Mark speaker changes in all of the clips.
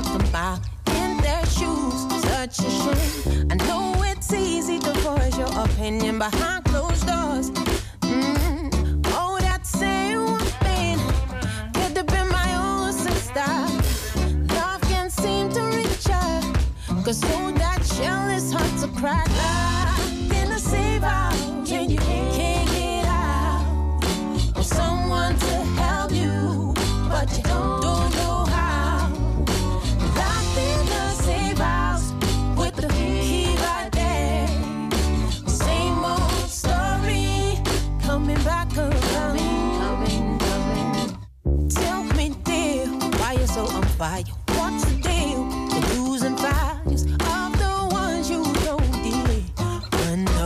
Speaker 1: walk them by in their shoes. Such a shame. I know it's easy to voice your opinion behind closed doors. Oh, that same thing could have been my own sister. Love can't seem to reach her, 'cause so that shell is hard to crack. In a safe house, and you can't get out. Or someone to help you, but you don't know how. Locked in a safe house with the key right there. Same old story, coming back around. Tell me, dear, why you're so on fire? What's the deal? The do's and values of the ones you don't deal. But no,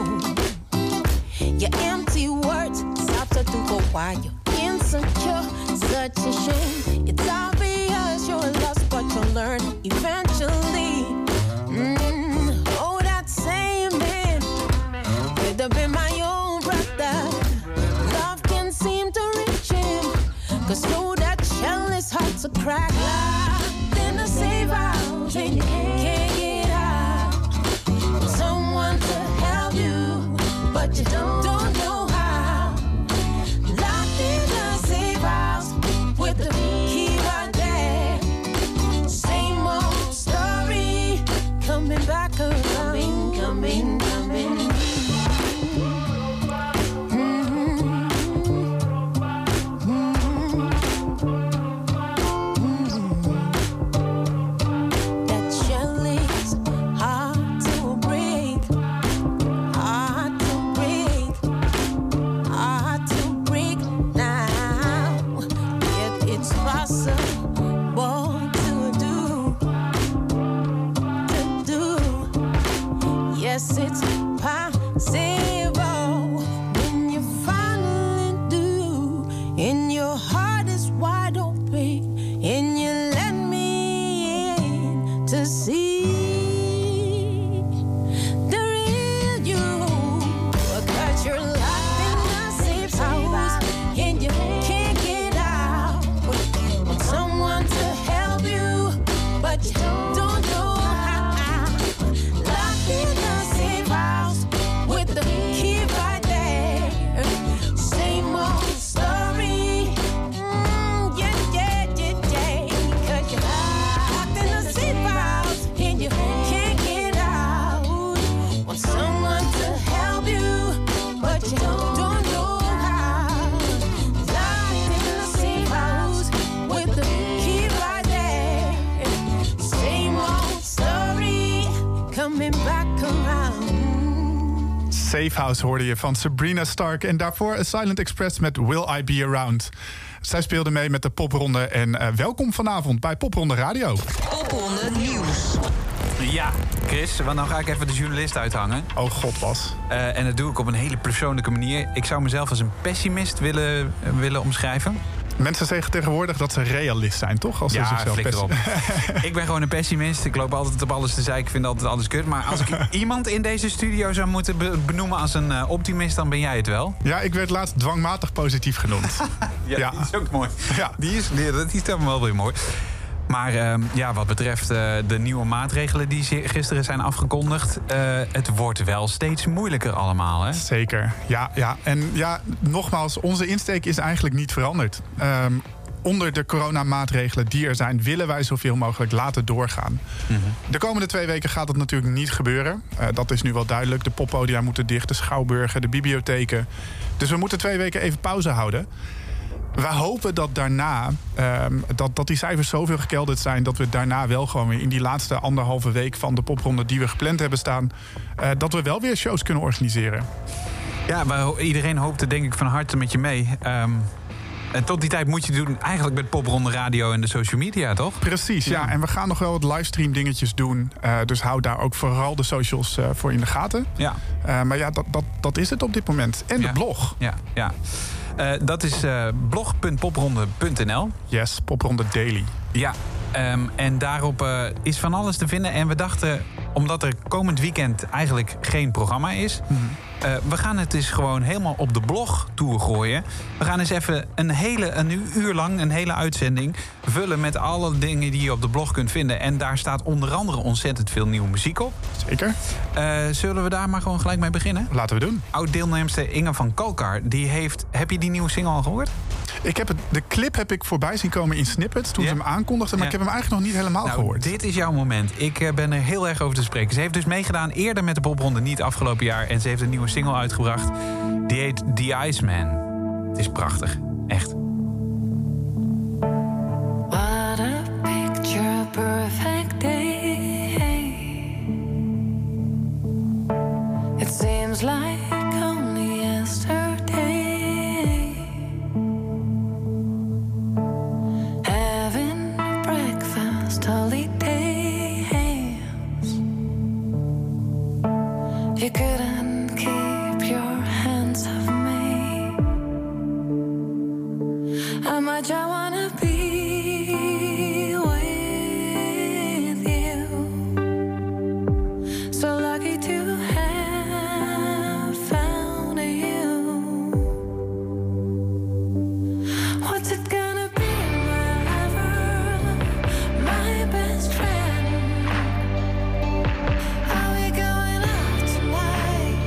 Speaker 1: your empty words substitute for why you're insecure. Such a shame. It's obvious you're lost, but you'll learn eventually. Oh, that same man could have been my own brother. Love can seem to reach him, 'cause know that shell is hard to crack. Locked in a safe house, and you can't get out. Someone to help you, but you don't know how. Locked in a safe house with the key right there. Same old story, coming back around. Coming. That shell is hard to break, hard to break, hard to break now. Yet it's possible to do. Yes, it's possible when you finally do. And your heart is wide open, and you let me in to see the real you. 'Cause you're locked in a safe house, and you can't get out. Want someone to help you, but you don't know how. Locked in a safe house with the key right there. Same old story. Yeah. 'Cause you're locked in a safe house, and you can't get out. Want someone to help you, but you don't know how. Locked in a safe house with the key right there. Same old story, coming back around.
Speaker 2: Safe House hoorde je van Sabrina Stark. En daarvoor A Silent Express met Will I Be Around. Zij speelde mee met de popronde. En welkom vanavond bij Popronde Radio.
Speaker 3: Popronde Nieuws.
Speaker 4: Ja, Chris, want nou ga ik even de journalist uithangen.
Speaker 2: Oh god, Bas.
Speaker 4: En dat doe ik op een hele persoonlijke manier. Ik zou mezelf als een pessimist willen omschrijven.
Speaker 2: Mensen zeggen tegenwoordig dat ze realist zijn, toch? Als ze zichzelf
Speaker 4: flikker erop. Ik ben gewoon een pessimist. Ik loop altijd op alles te zeiken. Ik vind altijd alles kut. Maar als ik iemand in deze studio zou moeten benoemen als een optimist, dan ben jij het wel.
Speaker 2: Ja, ik werd laatst dwangmatig positief genoemd.
Speaker 4: Ja, die is ook mooi.
Speaker 2: Ja.
Speaker 4: Die is dan wel weer mooi. Maar wat betreft de nieuwe maatregelen die gisteren zijn afgekondigd, het wordt wel steeds moeilijker allemaal, hè?
Speaker 2: Zeker, ja. En ja, nogmaals, onze insteek is eigenlijk niet veranderd. Onder de coronamaatregelen die er zijn, willen wij zoveel mogelijk laten doorgaan. Mm-hmm. De komende 2 weken gaat dat natuurlijk niet gebeuren. Dat is nu wel duidelijk. De poppodia moeten dicht, de schouwburgen, de bibliotheken. Dus we moeten 2 weken even pauze houden. Wij hopen dat daarna, dat die cijfers zoveel gekelderd zijn, dat we daarna wel gewoon weer in die laatste 1,5 week van de popronde die we gepland hebben staan, dat we wel weer shows kunnen organiseren.
Speaker 4: Ja, maar iedereen hoopt er denk ik van harte met je mee. En tot die tijd moet je doen eigenlijk met Popronde Radio en de social media, toch?
Speaker 2: Precies, ja. En we gaan nog wel wat livestream dingetjes doen. Dus hou daar ook vooral de socials voor in de gaten. Ja. Maar ja, dat is het op dit moment. En de blog.
Speaker 4: Ja. Dat is blog.popronde.nl.
Speaker 2: Yes, Popronde Daily.
Speaker 4: Ja, en daarop is van alles te vinden. En we dachten, omdat er komend weekend eigenlijk geen programma is, We gaan het dus gewoon helemaal op de blog toegooien. We gaan eens even een uur lang, een hele uitzending vullen met alle dingen die je op de blog kunt vinden. En daar staat onder andere ontzettend veel nieuwe muziek op.
Speaker 2: Zeker.
Speaker 4: Zullen we daar maar gewoon gelijk mee beginnen?
Speaker 2: Laten we doen.
Speaker 4: Oud-deelnemster Inge van Kalkar, heb je die nieuwe single al gehoord?
Speaker 2: De clip heb ik voorbij zien komen in snippets toen ze hem aankondigden, maar ik heb hem eigenlijk nog niet helemaal gehoord.
Speaker 4: Dit is jouw moment. Ik ben er heel erg over te spreken. Ze heeft dus meegedaan eerder met de popronde, niet afgelopen jaar. En ze heeft een nieuwe single uitgebracht. Die heet The Iceman. Het is prachtig. Echt.
Speaker 1: What a picture perfect day. It seems like only yesterday. Having breakfast, holidays. You couldn't keep your hands off me. How much I wanna be with you. So lucky to have found you. What's it gonna be, my lover, my best friend? Are we going out tonight?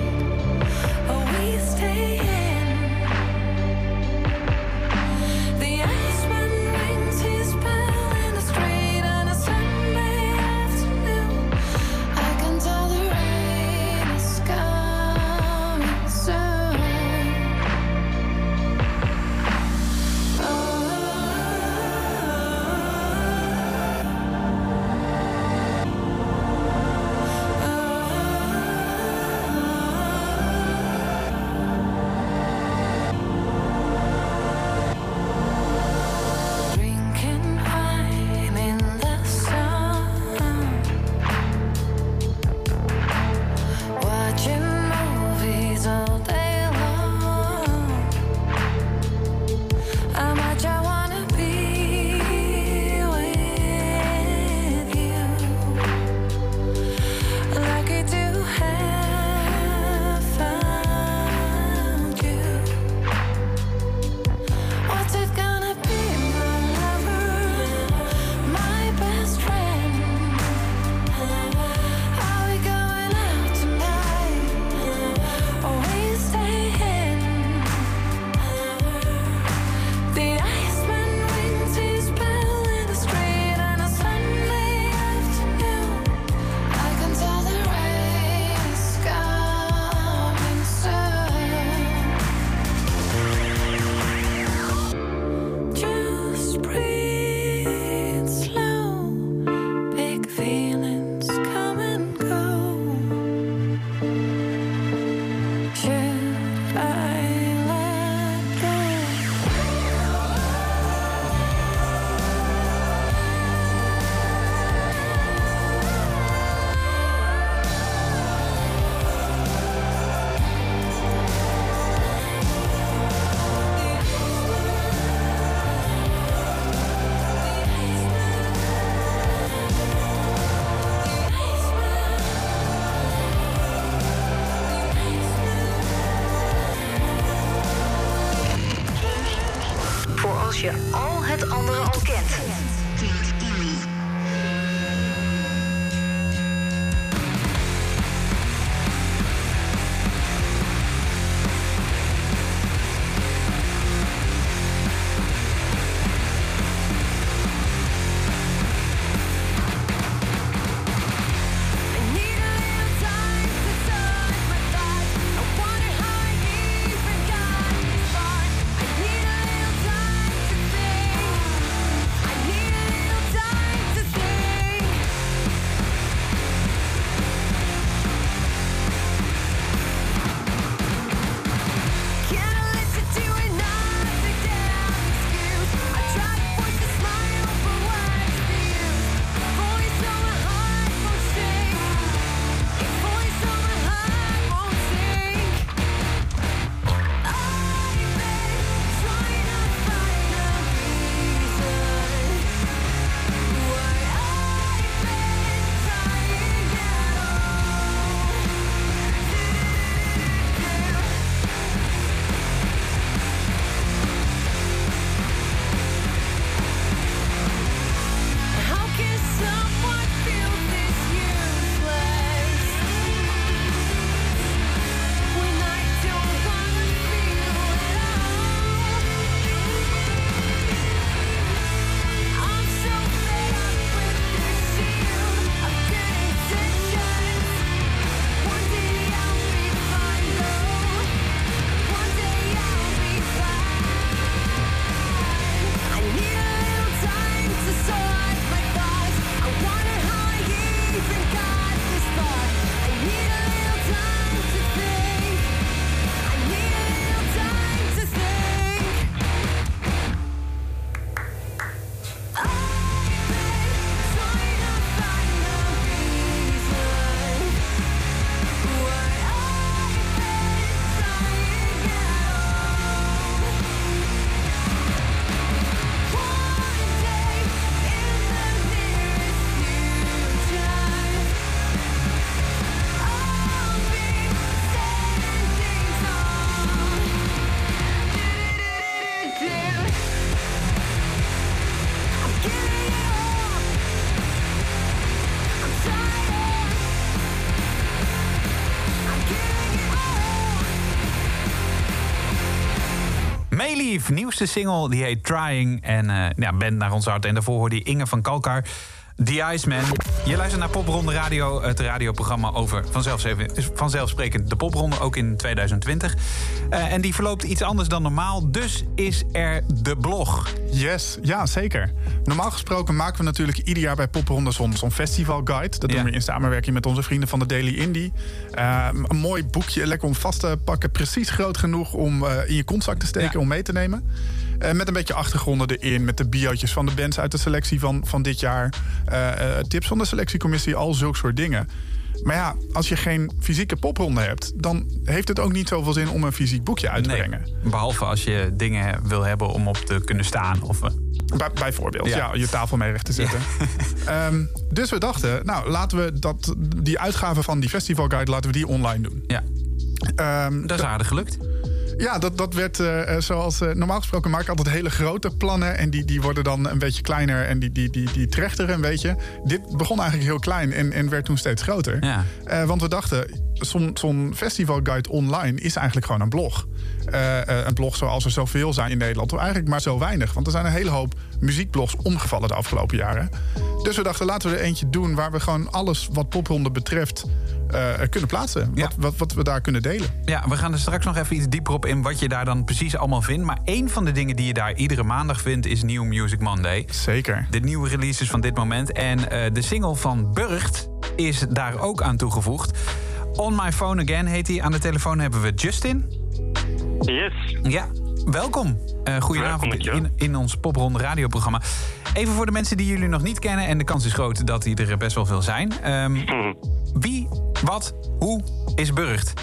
Speaker 4: Steve, nieuwste single, die heet Trying. En band naar ons hart. En daarvoor hoorde je Inge van Kalkar, The Iceman. Je luistert naar Popronde Radio, het radioprogramma over vanzelfsprekend de Popronde, ook in 2020. En die verloopt iets anders dan normaal, dus is er de blog.
Speaker 2: Yes, ja, zeker. Normaal gesproken maken we natuurlijk ieder jaar bij Popronde zo'n festivalguide. Dat doen we in samenwerking met onze vrienden van de Daily Indie. Een mooi boekje, lekker om vast te pakken. Precies groot genoeg om in je kontzak te steken, om mee te nemen. Met een beetje achtergronden erin, met de biootjes van de bands uit de selectie van dit jaar. Tips van de selectiecommissie, al zulke soort dingen. Maar ja, als je geen fysieke popronde hebt, dan heeft het ook niet zoveel zin om een fysiek boekje uit te brengen.
Speaker 4: Behalve als je dingen wil hebben om op te kunnen staan. Of
Speaker 2: bijvoorbeeld, je tafel mee recht te zetten. Ja. Dus we dachten, nou, laten we die uitgave van die festivalguide laten we die online doen.
Speaker 4: Ja. Dat is aardig gelukt.
Speaker 2: Ja, dat werd zoals normaal gesproken maak ik altijd hele grote plannen. En die worden dan een beetje kleiner en die trechteren een beetje. Dit begon eigenlijk heel klein en werd toen steeds groter. Ja. Want we dachten, zo'n festivalguide online is eigenlijk gewoon een blog. Een blog zoals er zoveel zijn in Nederland. Eigenlijk maar zo weinig. Want er zijn een hele hoop muziekblogs omgevallen de afgelopen jaren. Dus we dachten, laten we er eentje doen waar we gewoon alles wat popronde betreft kunnen plaatsen. Ja. Wat we daar kunnen delen. Ja,
Speaker 4: we gaan er straks nog even iets dieper op in wat je daar dan precies allemaal vindt. Maar één van de dingen die je daar iedere maandag vindt is New Music Monday.
Speaker 2: Zeker.
Speaker 4: De nieuwe releases van dit moment. En de single van Burgt is daar ook aan toegevoegd. On My Phone Again heet hij. Aan de telefoon hebben we Justin.
Speaker 5: Yes.
Speaker 4: Ja, welkom. Goedenavond in ons Popronde radioprogramma. Even voor de mensen die jullie nog niet kennen, en de kans is groot dat die er best wel veel zijn. Wie, wat, hoe is Burgt?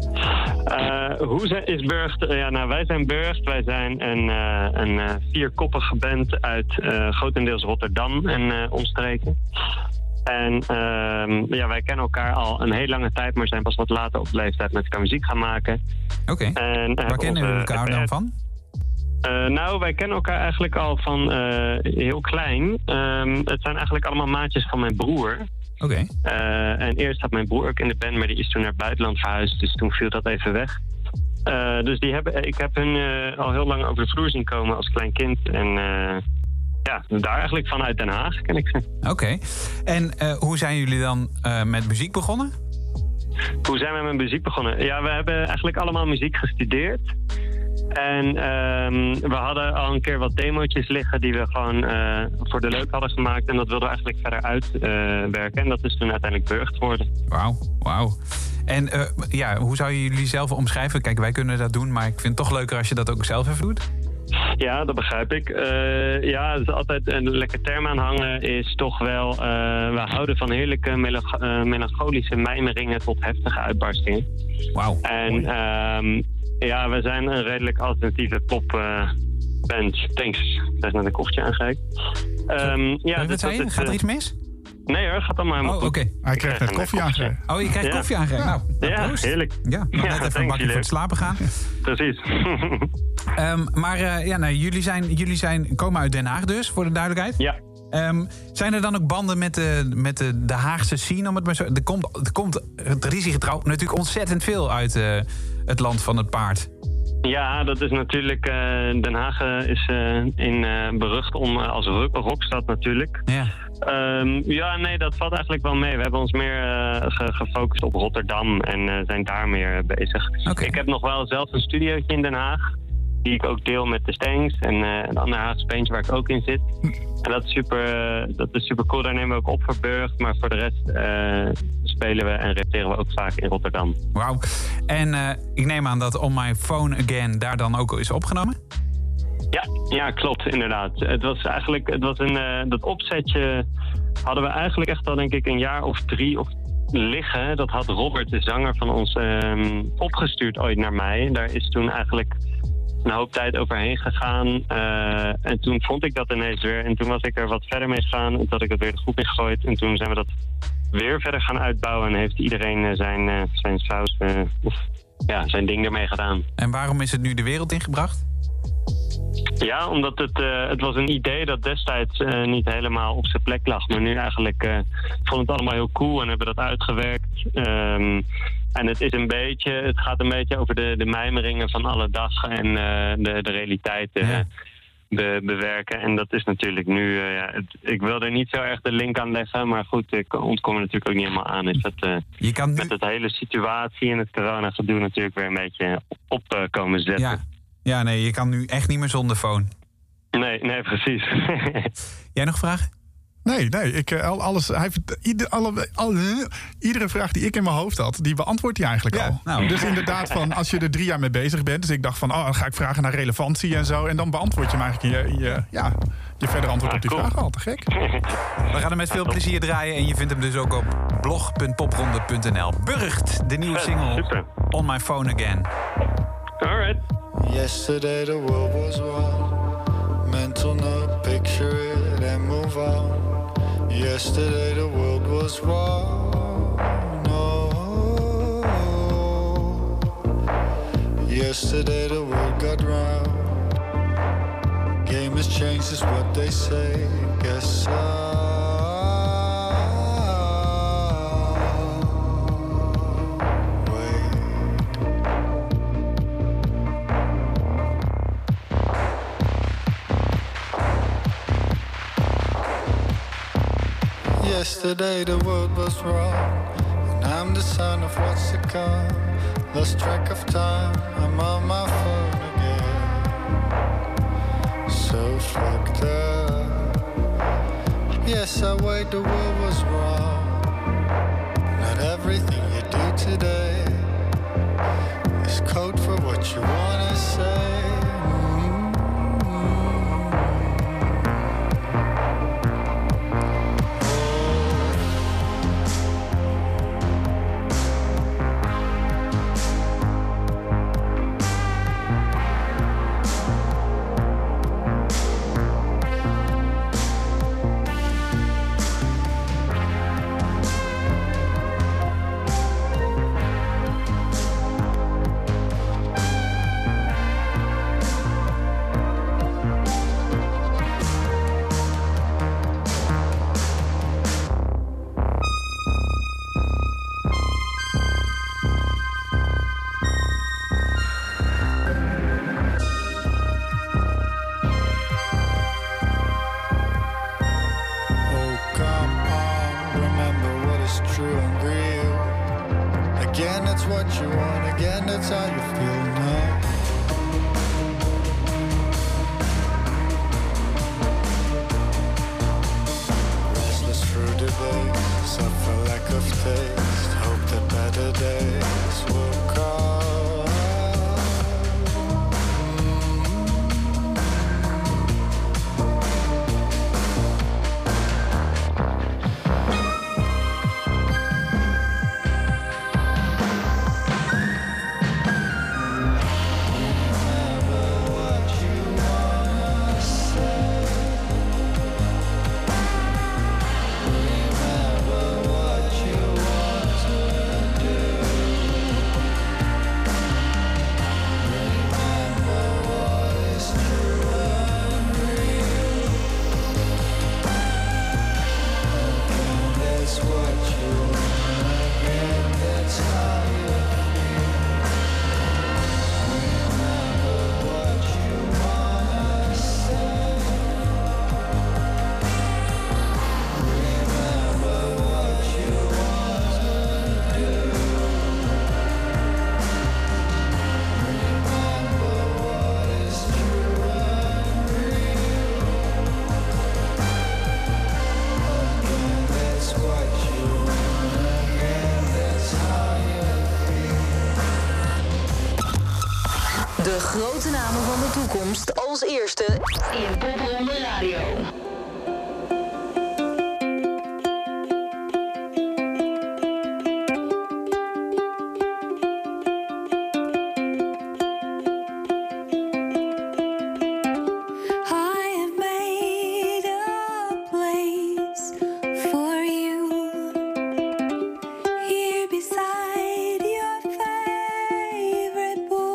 Speaker 5: Hoe is Burgt? Wij zijn Burgt. Wij zijn een vierkoppige band uit grotendeels Rotterdam en omstreken. En wij kennen elkaar al een hele lange tijd, maar zijn pas wat later op de leeftijd met elkaar muziek gaan maken.
Speaker 4: Oké. Waar kennen jullie elkaar dan van?
Speaker 5: Wij kennen elkaar eigenlijk al van heel klein. Het zijn eigenlijk allemaal maatjes van mijn broer.
Speaker 4: Oké.
Speaker 5: En eerst had mijn broer ook in de band, maar die is toen naar het buitenland verhuisd. Dus toen viel dat even weg. Dus ik heb hun al heel lang over de vloer zien komen als klein kind. En daar eigenlijk vanuit Den Haag ken ik ze.
Speaker 4: Oké. En hoe zijn jullie dan met muziek begonnen?
Speaker 5: Hoe zijn we met muziek begonnen? Ja, we hebben eigenlijk allemaal muziek gestudeerd. En we hadden al een keer wat demootjes liggen die we gewoon voor de leuk hadden gemaakt. En dat wilden we eigenlijk verder uitwerken. En dat is toen uiteindelijk Burgt geworden.
Speaker 4: Wauw. En hoe zou je jullie zelf omschrijven? Kijk, wij kunnen dat doen, maar ik vind het toch leuker als je dat ook zelf even doet.
Speaker 5: Ja, dat begrijp ik. Het is altijd een lekker term aanhangen is toch wel... we houden van heerlijke melancholische mijmeringen tot heftige uitbarstingen.
Speaker 4: Wauw.
Speaker 5: En we zijn een redelijk alternatieve popband. Thanks. Daar is net een koffietje aangereikt.
Speaker 4: Wat zei je? Gaat er iets mis?
Speaker 5: Nee hoor, gaat dan maar helemaal goed.
Speaker 4: Oké.
Speaker 2: Hij krijgt net koffie aangereikt.
Speaker 4: Oh, je krijgt koffie aangereikt. Nou,
Speaker 5: heerlijk.
Speaker 4: Ja, net even een bakje voor het slapen gaan.
Speaker 5: Precies.
Speaker 4: Jullie komen uit Den Haag dus, voor de duidelijkheid.
Speaker 5: Ja.
Speaker 4: Zijn er dan ook banden met de Haagse scene? Om het maar zo, er komt traditiegetrouw natuurlijk ontzettend veel uit het land van het paard.
Speaker 5: Ja, dat is natuurlijk... Den Haag is berucht als rockstad natuurlijk.
Speaker 4: Ja.
Speaker 5: Dat valt eigenlijk wel mee. We hebben ons meer gefocust op Rotterdam en zijn daar meer bezig.
Speaker 4: Okay.
Speaker 5: Ik heb nog wel zelf een studiootje in Den Haag. Die ik ook deel met de Stanks en een ander Haagse bandje waar ik ook in zit. En dat is super cool. Daar nemen we ook op voor Burgt. Maar voor de rest spelen we en repeteren we ook vaak in Rotterdam.
Speaker 4: Wauw. En ik neem aan dat On My Phone Again daar dan ook is opgenomen?
Speaker 5: Ja, klopt, inderdaad. Dat opzetje hadden we eigenlijk echt al denk ik een jaar of 3 liggen. Dat had Robert, de zanger van ons, opgestuurd ooit naar mij. Daar is toen eigenlijk een hoop tijd overheen gegaan. En toen vond ik dat ineens weer. En toen was ik er wat verder mee gegaan. En toen had ik het weer de groep ingegooid. En toen zijn we dat weer verder gaan uitbouwen. En heeft iedereen zijn saus, zijn ding ermee gedaan.
Speaker 4: En waarom is het nu de wereld ingebracht?
Speaker 5: Ja, omdat het was een idee dat destijds niet helemaal op zijn plek lag. Maar nu eigenlijk vond het allemaal heel cool en hebben dat uitgewerkt. En het gaat een beetje over de mijmeringen van alle dag en de realiteit bewerken. En dat is natuurlijk nu... ik wil er niet zo erg de link aan leggen, maar goed, ik ontkom er natuurlijk ook niet helemaal aan. Is dat
Speaker 4: Je kan nu...
Speaker 5: met het hele situatie en het corona-gedoe natuurlijk weer een beetje op komen zetten.
Speaker 4: Ja, nee, je kan nu echt niet meer zonder phone.
Speaker 5: Nee, precies.
Speaker 4: Jij nog vragen?
Speaker 2: Nee, iedere vraag die ik in mijn hoofd had, die beantwoordt hij eigenlijk al.
Speaker 4: Nou.
Speaker 2: Dus inderdaad, van als je er 3 jaar mee bezig bent, dus ik dacht van, dan ga ik vragen naar relevantie en zo, en dan beantwoord je hem eigenlijk je verder antwoord op die vraag al. Te gek.
Speaker 4: We gaan hem met veel plezier draaien en je vindt hem dus ook op blog.popronde.nl. Burgt, de nieuwe single
Speaker 5: Super.
Speaker 4: On My Phone Again.
Speaker 5: Alright.
Speaker 6: Yesterday the world was one mental note, picture it and move on. Yesterday the world was one. No. Yesterday the world got round. Game has changed is what they say. Guess yesterday the world was wrong, and I'm the son of what's to come. Lost track of time, I'm on my phone again. So fucked up. Yes, I wait, the world was wrong. Not everything you do today is code for what you wanna say.
Speaker 3: De grote namen van de toekomst als eerste in Popronde Radio.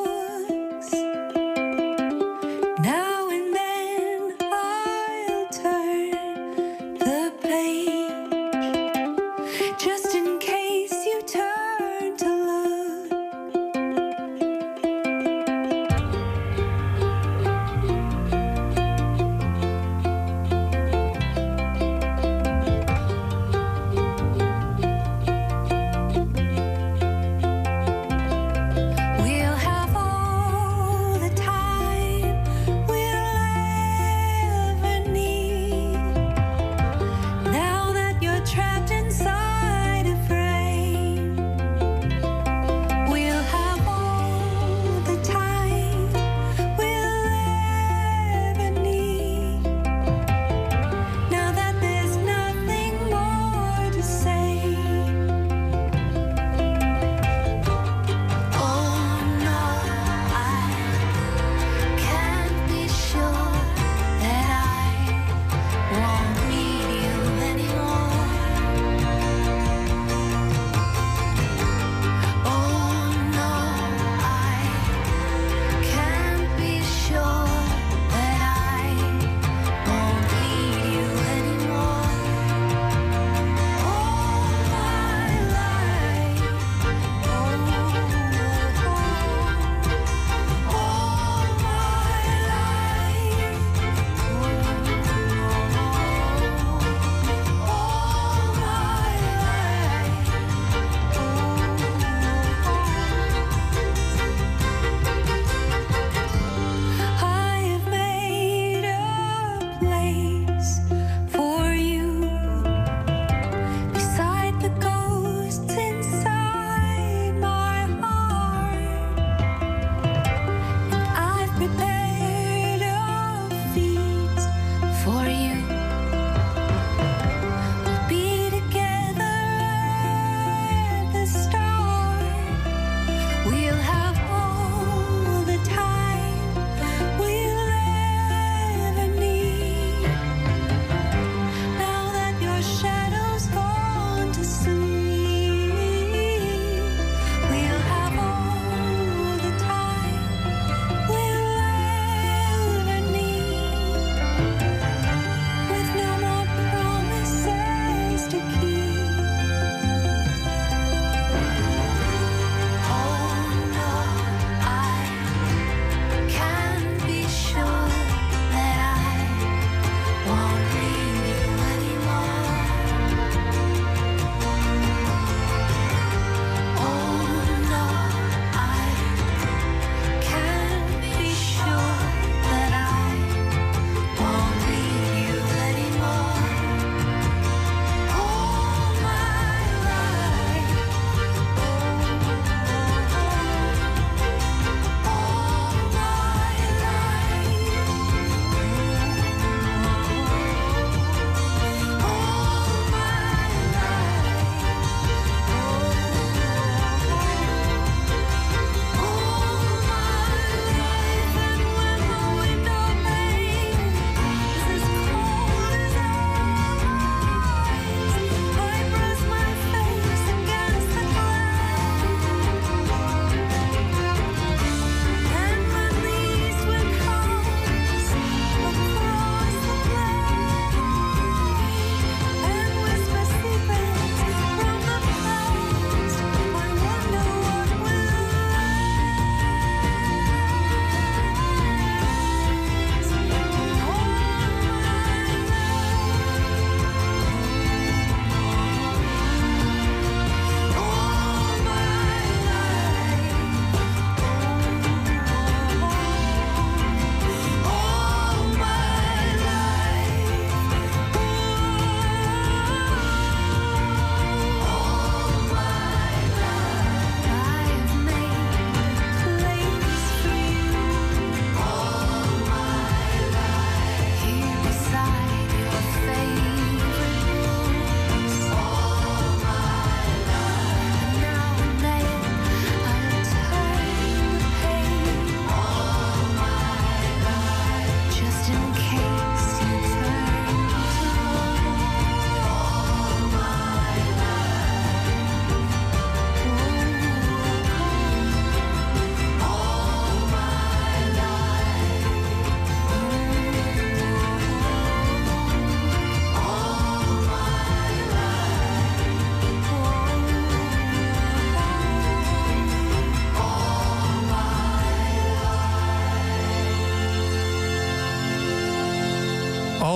Speaker 1: Now and then I'll turn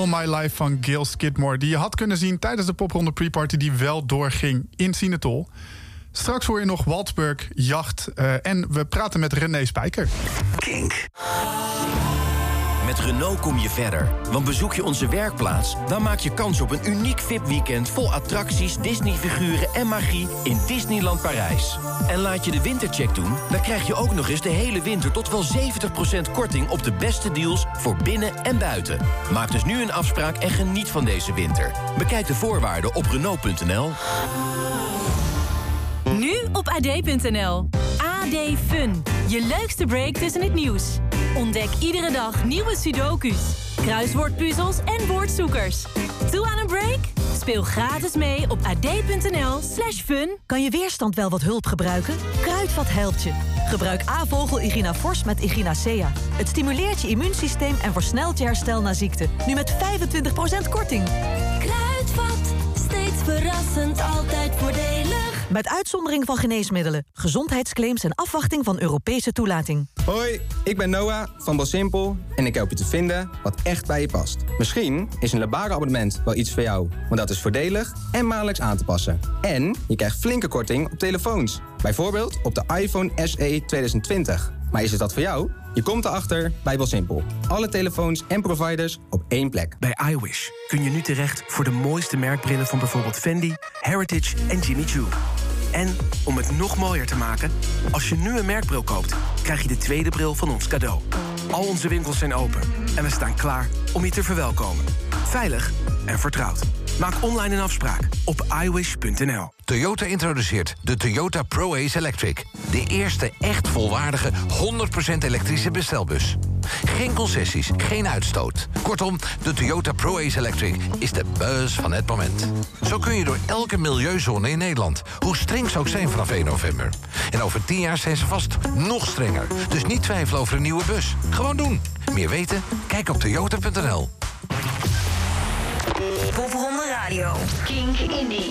Speaker 2: All My Life van Gail Skidmore... die je had kunnen zien tijdens de popronde pre-party... die wel doorging in Sinatol. Straks hoor je nog Waldsburg, Jacht... en we praten met René Spijker.
Speaker 7: Kink. Met Renault kom je verder. Want bezoek je onze werkplaats... dan maak je kans op een uniek VIP-weekend... vol attracties, Disney-figuren en magie in Disneyland Parijs. En laat je de wintercheck doen... dan krijg je ook nog eens de hele winter... tot wel 70% korting op de beste deals voor binnen en buiten. Maak dus nu een afspraak en geniet van deze winter. Bekijk de voorwaarden op Renault.nl.
Speaker 8: Nu op AD.nl. AD Fun. Je leukste break tussen het nieuws. Ontdek iedere dag nieuwe sudoku's, kruiswoordpuzzels en woordzoekers. Toe aan een break? Speel gratis mee op ad.nl/fun.
Speaker 9: Kan je weerstand wel wat hulp gebruiken? Kruidvat helpt je. Gebruik A-vogel Igina Fors met Echinacea. Het stimuleert je immuunsysteem en versnelt je herstel na ziekte. Nu met 25% korting.
Speaker 1: Kruidvat, steeds verrassend, altijd voordelig.
Speaker 9: Met uitzondering van geneesmiddelen, gezondheidsclaims en afwachting van Europese toelating.
Speaker 10: Hoi, ik ben Noah van BelSimpel en ik help je te vinden wat echt bij je past. Misschien is een Lebara-abonnement wel iets voor jou, want dat is voordelig en maandelijks aan te passen. En je krijgt flinke korting op telefoons. Bijvoorbeeld op de iPhone SE 2020. Maar is het dat voor jou? Je komt erachter bij BelSimpel. Alle telefoons en providers op één plek.
Speaker 11: Bij iWish kun je nu terecht voor de mooiste merkbrillen van bijvoorbeeld Fendi, Heritage en Jimmy Choo. En om het nog mooier te maken, als je nu een merkbril koopt, krijg je de tweede bril van ons cadeau. Al onze winkels zijn open en we staan klaar om je te verwelkomen. Veilig en vertrouwd. Maak online een afspraak op iWish.nl.
Speaker 12: Toyota introduceert de Toyota Pro-Ace Electric. De eerste echt volwaardige 100% elektrische bestelbus. Geen concessies, geen uitstoot. Kortom, de Toyota Pro-Ace Electric is de buzz van het moment. Zo kun je door elke milieuzone in Nederland. Hoe streng ze ook zijn vanaf 1 november. En over 10 jaar zijn ze vast nog strenger. Dus niet twijfelen over een nieuwe bus. Gewoon doen. Meer weten? Kijk op toyota.nl.
Speaker 3: Popronde Radio. Kink Indie.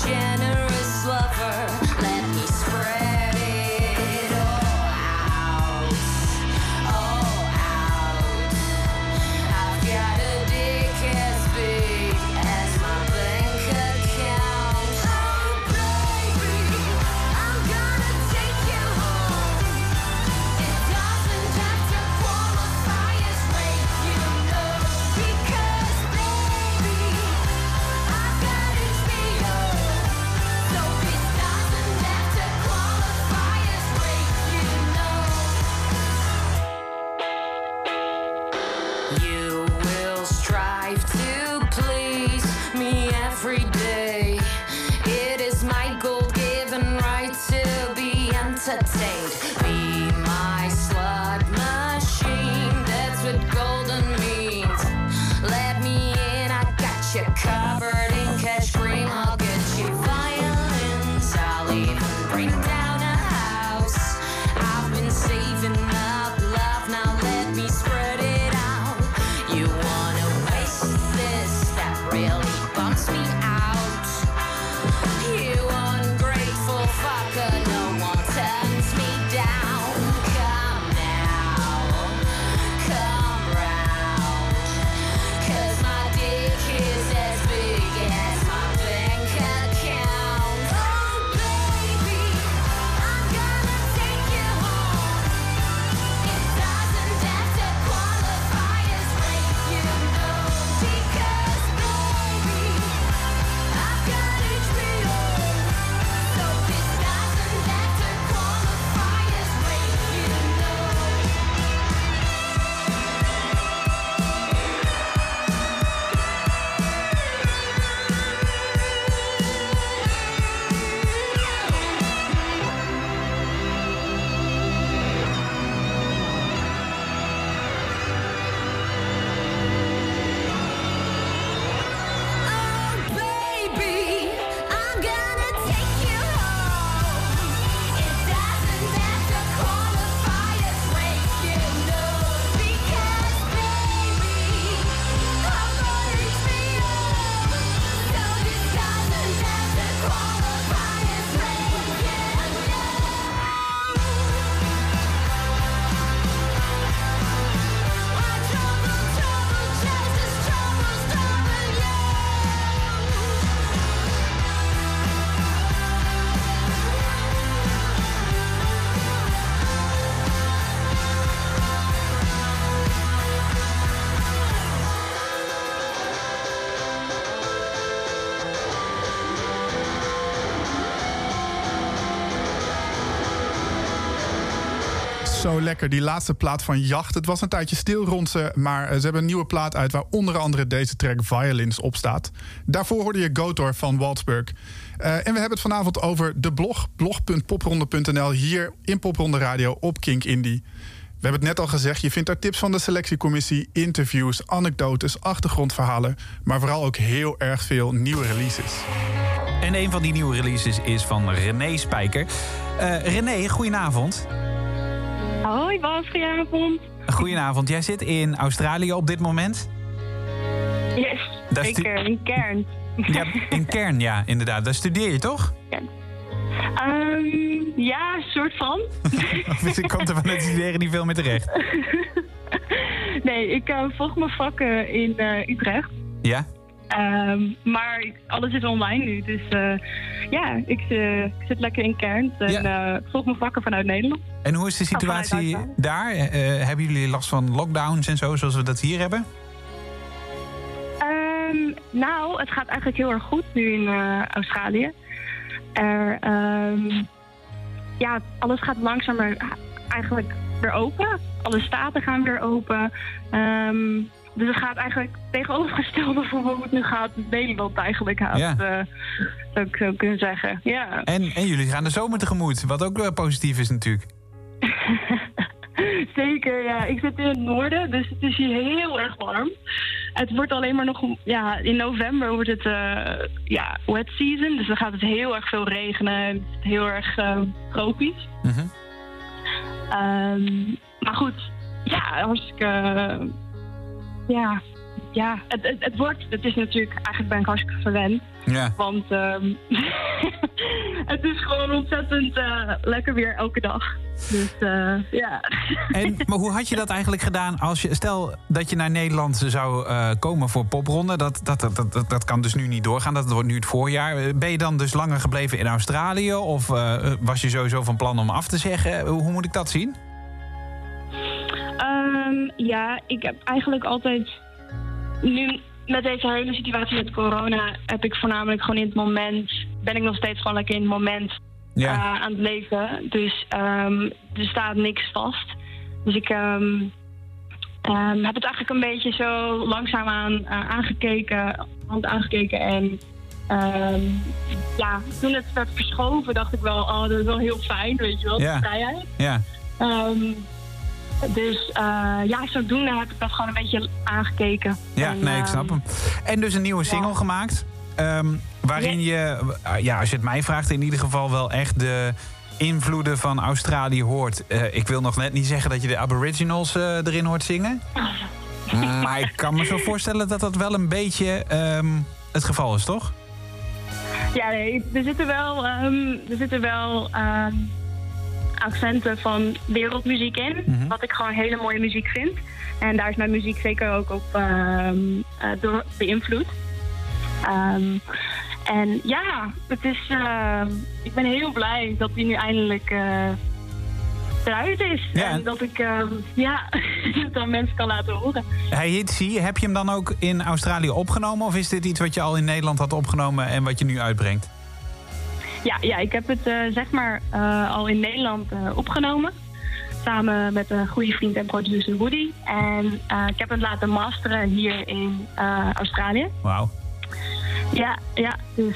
Speaker 1: generous lover. Let me spread it all out, all out. I've got a dick as big as my bank account. Oh baby, I'm gonna take you home. It doesn't have to qualify as rape, you know, because baby, I've got HBO. So this doesn't have to qualify as rape, you know. You will strive to please me every day. It is my God-given right to be entertained. Be my slut machine, that's what golden means. Let me in, I got you covered in cash cream. I'll get you violins, I'll even bring down a house. I've been saving up love, now let me spread it out. You wanna waste this, that really bumps me out. You ungrateful fucker, no one turns me down. Come now, come round, 'cause my dick is as big as my bank account. Oh baby, I'm gonna take you home. It doesn't have to qualify as rape, you know, because baby, I've got HBO. So this doesn't have to qualify as rape, you know. Oh baby, I'm gonna take you home. It doesn't have to qualify as rape, you know, because baby, I've got HBO. So this doesn't have to qualify as rape, you know. Why trouble, just as trouble's trouble you.
Speaker 2: Zo lekker, die laatste plaat van Jacht. Het was een tijdje stil rond ze, maar ze hebben een nieuwe plaat uit waar onder andere deze track Violins op staat. Daarvoor hoorde je Gotor van Waldsburg. En we hebben het vanavond over de blog, blog.popronde.nl, hier in Popronde Radio op Kink Indie. We hebben het net al gezegd, je vindt daar tips van de selectiecommissie, interviews, anekdotes, achtergrondverhalen, maar vooral ook heel erg veel nieuwe releases.
Speaker 4: En een van die nieuwe releases is van René Spijker. René, goedenavond.
Speaker 13: Hoi Bas, goedenavond.
Speaker 4: Goedenavond, jij zit in Australië op dit moment?
Speaker 13: Yes,
Speaker 4: Daar
Speaker 13: zeker, in Kern.
Speaker 4: Ja, in Kern, ja, inderdaad. Daar studeer je toch?
Speaker 13: Ja, ja, soort van.
Speaker 4: Dus ik kom er van het studeren niet veel meer terecht.
Speaker 13: Nee, ik volg mijn vakken in Utrecht.
Speaker 4: Ja?
Speaker 13: Maar alles is online nu, dus ja, ik zit lekker in Kern en volg mijn vakken vanuit Nederland.
Speaker 4: En hoe is de situatie daar? Hebben jullie last van lockdowns en zo, zoals we dat hier hebben?
Speaker 13: Nou, het gaat eigenlijk heel erg goed nu in Australië. Ja, alles gaat langzamer eigenlijk weer open. Alle staten gaan weer open. Dus het gaat eigenlijk tegenovergestelde van hoe het nu gaat in Nederland eigenlijk. Zou ik zo kunnen zeggen. Ja.
Speaker 4: En jullie gaan de zomer tegemoet, wat ook positief is natuurlijk.
Speaker 13: Zeker, ja. Ik zit in het noorden, dus het is hier heel erg warm. Het wordt alleen maar nog... Ja, in november wordt het wet season. Dus dan gaat het heel erg veel regenen. En het is heel erg tropisch.
Speaker 4: Mm-hmm.
Speaker 13: Maar goed, ja, hartstikke... Het is natuurlijk... Eigenlijk ben ik hartstikke verwend.
Speaker 4: Ja.
Speaker 13: Want het is gewoon ontzettend lekker weer elke dag. Dus ja.
Speaker 4: Maar hoe had je dat eigenlijk gedaan als je... Stel dat je naar Nederland zou komen voor popronde. Dat kan dus nu niet doorgaan. Dat wordt nu het voorjaar. Ben je dan dus langer gebleven in Australië? Of was je sowieso van plan om af te zeggen? Hoe moet ik dat zien?
Speaker 13: Ja, ik heb eigenlijk altijd... Nu met deze hele situatie met corona heb ik voornamelijk gewoon in het moment... Ben ik nog steeds gewoon lekker in het moment aan het leven. Dus er staat niks vast. Dus ik heb het eigenlijk een beetje zo langzaamaan aangekeken. En toen het werd verschoven dacht ik wel... Oh, dat is wel heel fijn, weet je wel, de vrijheid. Ja. Dus zodoende heb ik dat gewoon een beetje aangekeken.
Speaker 4: Ja, ik snap hem. En dus een nieuwe single gemaakt. Waarin je, als je het mij vraagt... in ieder geval wel echt de invloeden van Australië hoort. Ik wil nog net niet zeggen dat je de Aboriginals erin hoort zingen. Maar ik kan me zo voorstellen dat dat wel een beetje het geval is, toch?
Speaker 13: Ja, nee, er zitten wel accenten van wereldmuziek in. Wat ik gewoon hele mooie muziek vind. En daar is mijn muziek zeker ook op door beïnvloed. En ja, het is, ik ben heel blij dat die nu eindelijk eruit is. Ja. En dat ik het aan mensen kan laten horen.
Speaker 4: Hey Hitzy, heb je hem dan ook in Australië opgenomen? Of is dit iets wat je al in Nederland had opgenomen en wat je nu uitbrengt?
Speaker 13: Ja, ik heb het al in Nederland opgenomen. Samen met een goede vriend en producer Woody. En ik heb het laten masteren hier in Australië.
Speaker 4: Wauw.
Speaker 13: Ja. Dus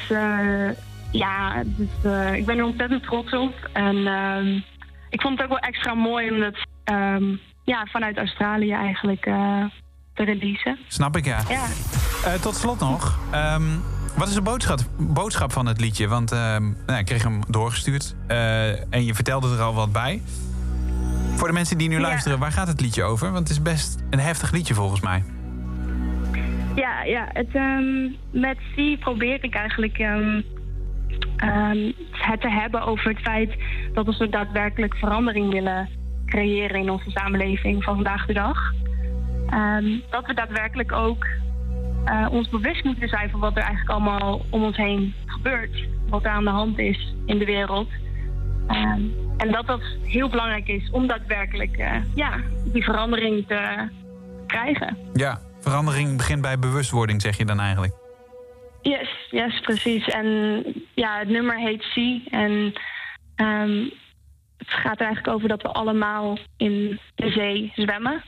Speaker 13: ik ben er ontzettend trots op. En ik vond het ook wel extra mooi om het vanuit Australië eigenlijk te releasen.
Speaker 4: Snap ik, ja. Tot slot nog. Wat is de boodschap van het liedje? Want ik kreeg hem doorgestuurd. En je vertelde er al wat bij. Voor de mensen die nu luisteren, waar gaat het liedje over? Want het is best een heftig liedje volgens mij.
Speaker 13: Ja. Met C probeer ik eigenlijk het te hebben over het feit dat we zo daadwerkelijk verandering willen creëren in onze samenleving van vandaag de dag. Dat we daadwerkelijk ook ons bewust moeten zijn van wat er eigenlijk allemaal om ons heen gebeurt. Wat er aan de hand is in de wereld. En dat heel belangrijk is om daadwerkelijk die verandering te krijgen. Ja,
Speaker 4: verandering begint bij bewustwording, zeg je dan eigenlijk?
Speaker 13: Yes, precies. En het nummer heet C. En het gaat er eigenlijk over dat we allemaal in de zee zwemmen.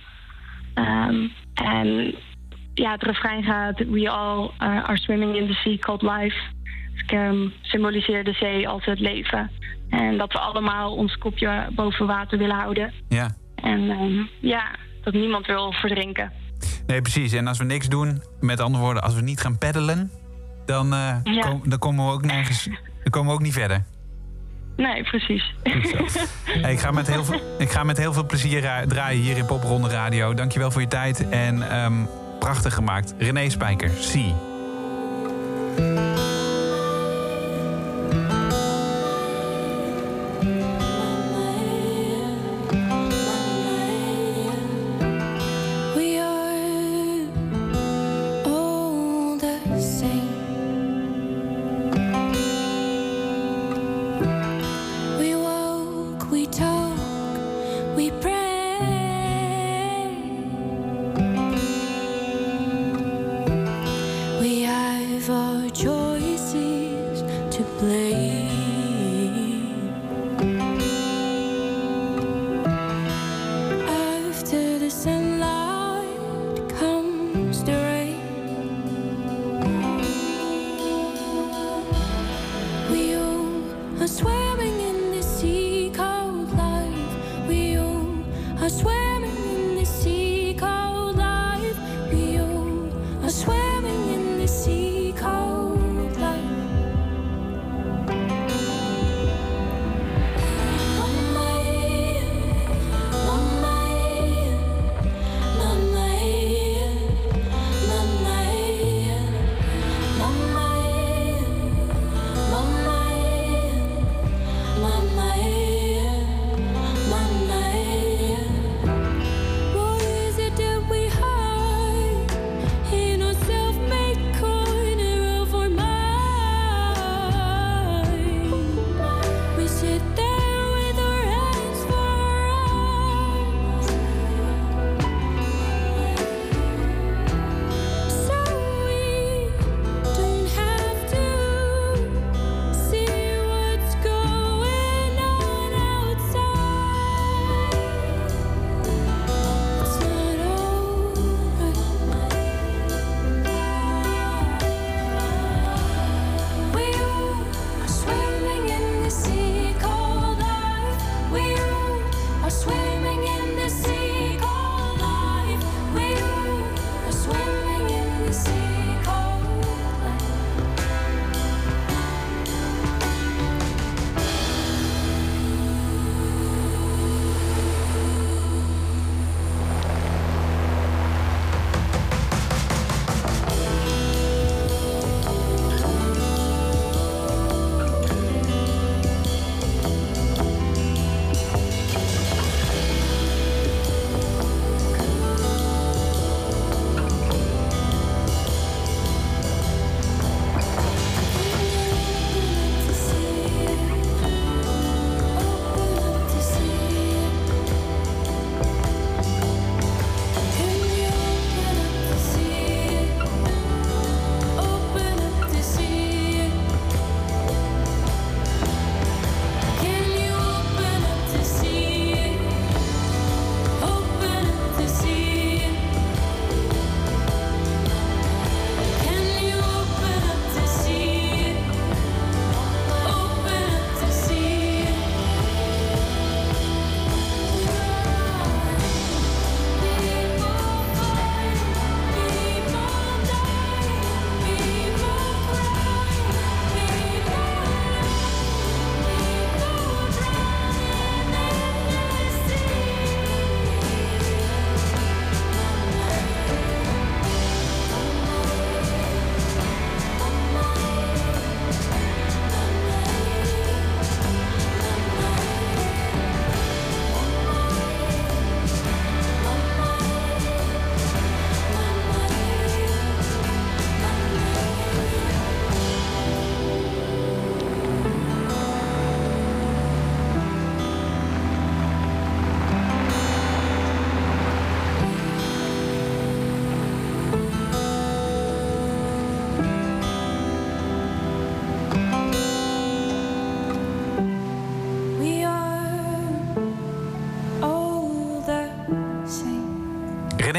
Speaker 13: En het refrein gaat... We all are swimming in the sea called life. Ik symboliseer de zee als het leven. En dat we allemaal ons kopje boven water willen houden. Ja. En dat niemand wil verdrinken.
Speaker 4: Nee, precies. En als we niks doen, met andere woorden, als we niet gaan peddelen... dan komen we ook nergens... Dan komen we ook niet verder.
Speaker 13: Nee, precies.
Speaker 4: Hey, ik ga met heel veel plezier draaien hier in Popronde Radio. Dankjewel voor je tijd en prachtig gemaakt. René Spijker, C.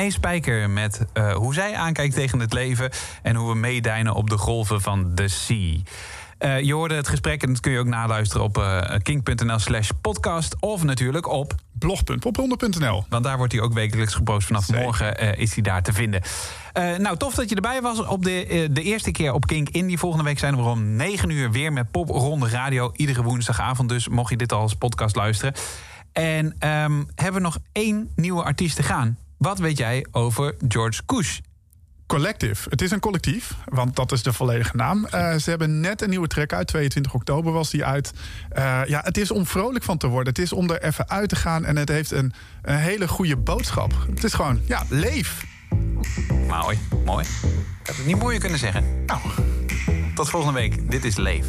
Speaker 4: René Spijker met hoe zij aankijkt tegen het leven... en hoe we meedijnen op de golven van The Sea. Je hoorde het gesprek en dat kun je ook naluisteren op kink.nl/podcast... of natuurlijk op
Speaker 2: blog.popronde.nl.
Speaker 4: Want daar wordt hij ook wekelijks gepost. Vanaf morgen is hij daar te vinden. Nou, tof dat je erbij was op de eerste keer op Kink Indie. Volgende week zijn we om 9 uur weer met Popronde Radio. Iedere woensdagavond dus, mocht je dit al als podcast luisteren. En hebben we nog 1 nieuwe artiest te gaan. Wat weet jij over George Koosh?
Speaker 2: Collective. Het is een collectief, want dat is de volledige naam. Ze hebben net een nieuwe track uit. 22 oktober was die uit. Het is om vrolijk van te worden. Het is om er even uit te gaan. En het heeft een hele goede boodschap. Het is gewoon, leef.
Speaker 4: Mooi. Ik had het niet mooier kunnen zeggen. Nou, tot volgende week. Dit is Leef.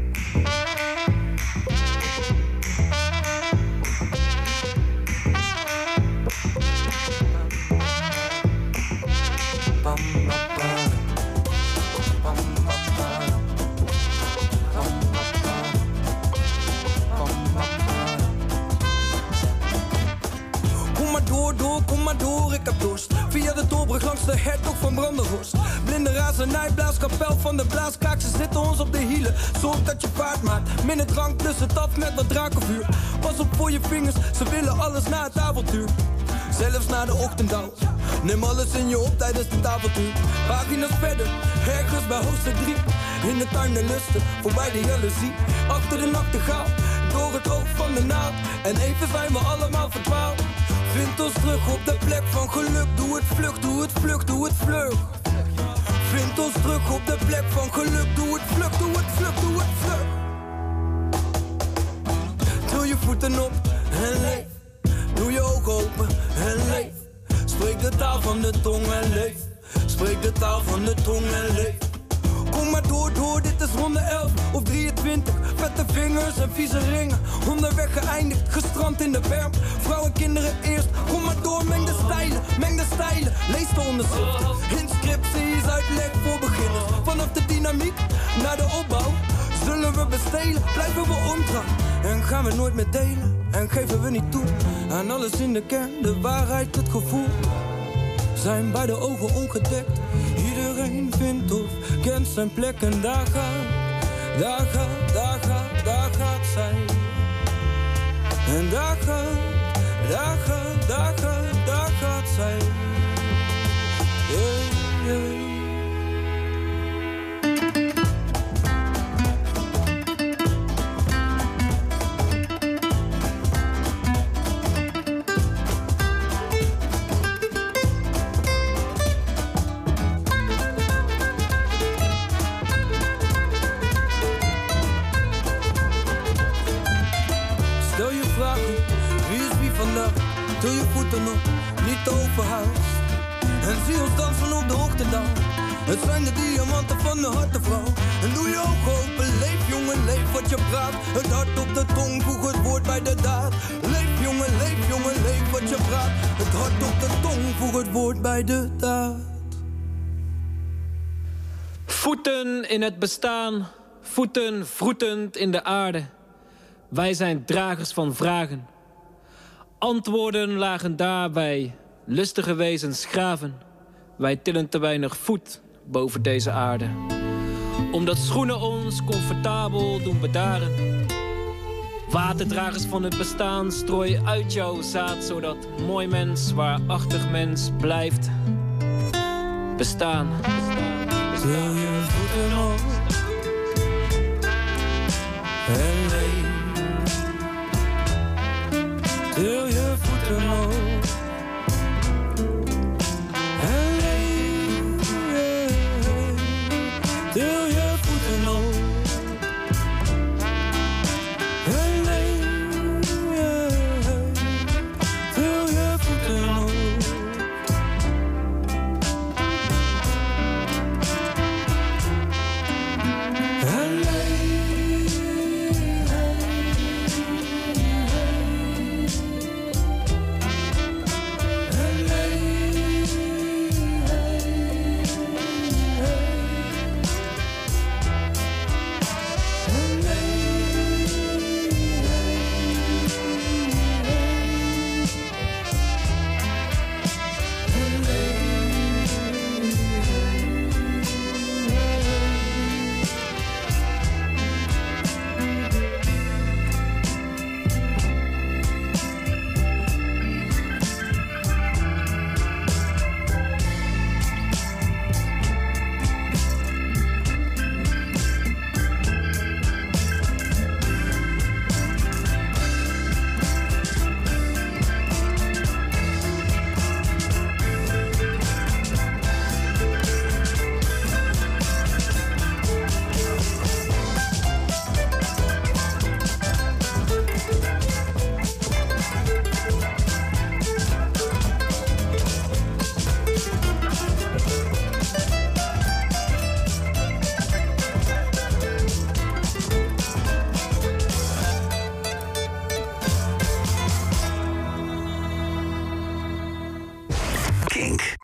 Speaker 14: Kom maar door, ik heb dorst. Via de doorbrug langs de hertog van Brandenhorst. Blinde razernij, blaaskapel van de blaaskaak. Ze zitten ons op de hielen, zorg dat je vaart maakt. Min het drank, plus het af met wat drakenvuur. Pas op voor je vingers, ze willen alles na het avontuur. Zelfs na de ochtenddauw. Neem alles in je op tijdens dit avontuur. Pagina's verder, ergens bij hoofdstuk 3. In de tuin de lusten, voorbij de jaloezie. Achter de nachtegaal, door het oog van de naald. En even zijn we allemaal verdwaald. Vind ons terug op de plek van geluk. Doe het vlug, doe het vlug, doe het vlug. Vind ons terug op de plek van geluk. Doe het vlug, doe het vlug, doe het vlug. Doe je voeten op en leef. Doe je ogen open en leef. Spreek de taal van de tong en leef. Spreek de taal van de tong en leef. Kom maar door, dit is ronde 11 of 23. Vette vingers en vieze ringen. Onderweg geëindigd, gestrand in de berm. Vrouwen, kinderen eerst. Kom maar door, meng de stijlen. Lees de onderschrift. Inscripties, uitleg voor beginners. Vanaf de dynamiek naar de opbouw. Zullen we bestelen, blijven we ontrouw. En gaan we nooit meer delen. En geven we niet toe aan alles in de kern. De waarheid, het gevoel. Zijn bij de ogen ongedekt. Iedereen vindt of kent zijn plek en daar gaat zij. En daar gaat zij. Yeah. Doe je voeten op, niet overhaast. En zie ons dansen op de ochtenddag. Het zijn de diamanten van de hartenvrouw. En doe je ogen open, leef jongen, leef wat je praat. Het hart op de tong, voeg het woord bij de daad. Leef jongen, leef wat je praat. Het hart op de tong, voeg het woord bij de daad.
Speaker 15: Voeten in het bestaan, voeten vroetend in de aarde. Wij zijn dragers van vragen. Antwoorden lagen daar bij lustige wezens graven. Wij tillen te weinig voet boven deze aarde. Omdat schoenen ons comfortabel doen bedaren. Waterdragers van het bestaan, strooi uit jouw zaad. Zodat mooi mens, waarachtig mens blijft bestaan.
Speaker 14: Wil je voeten op?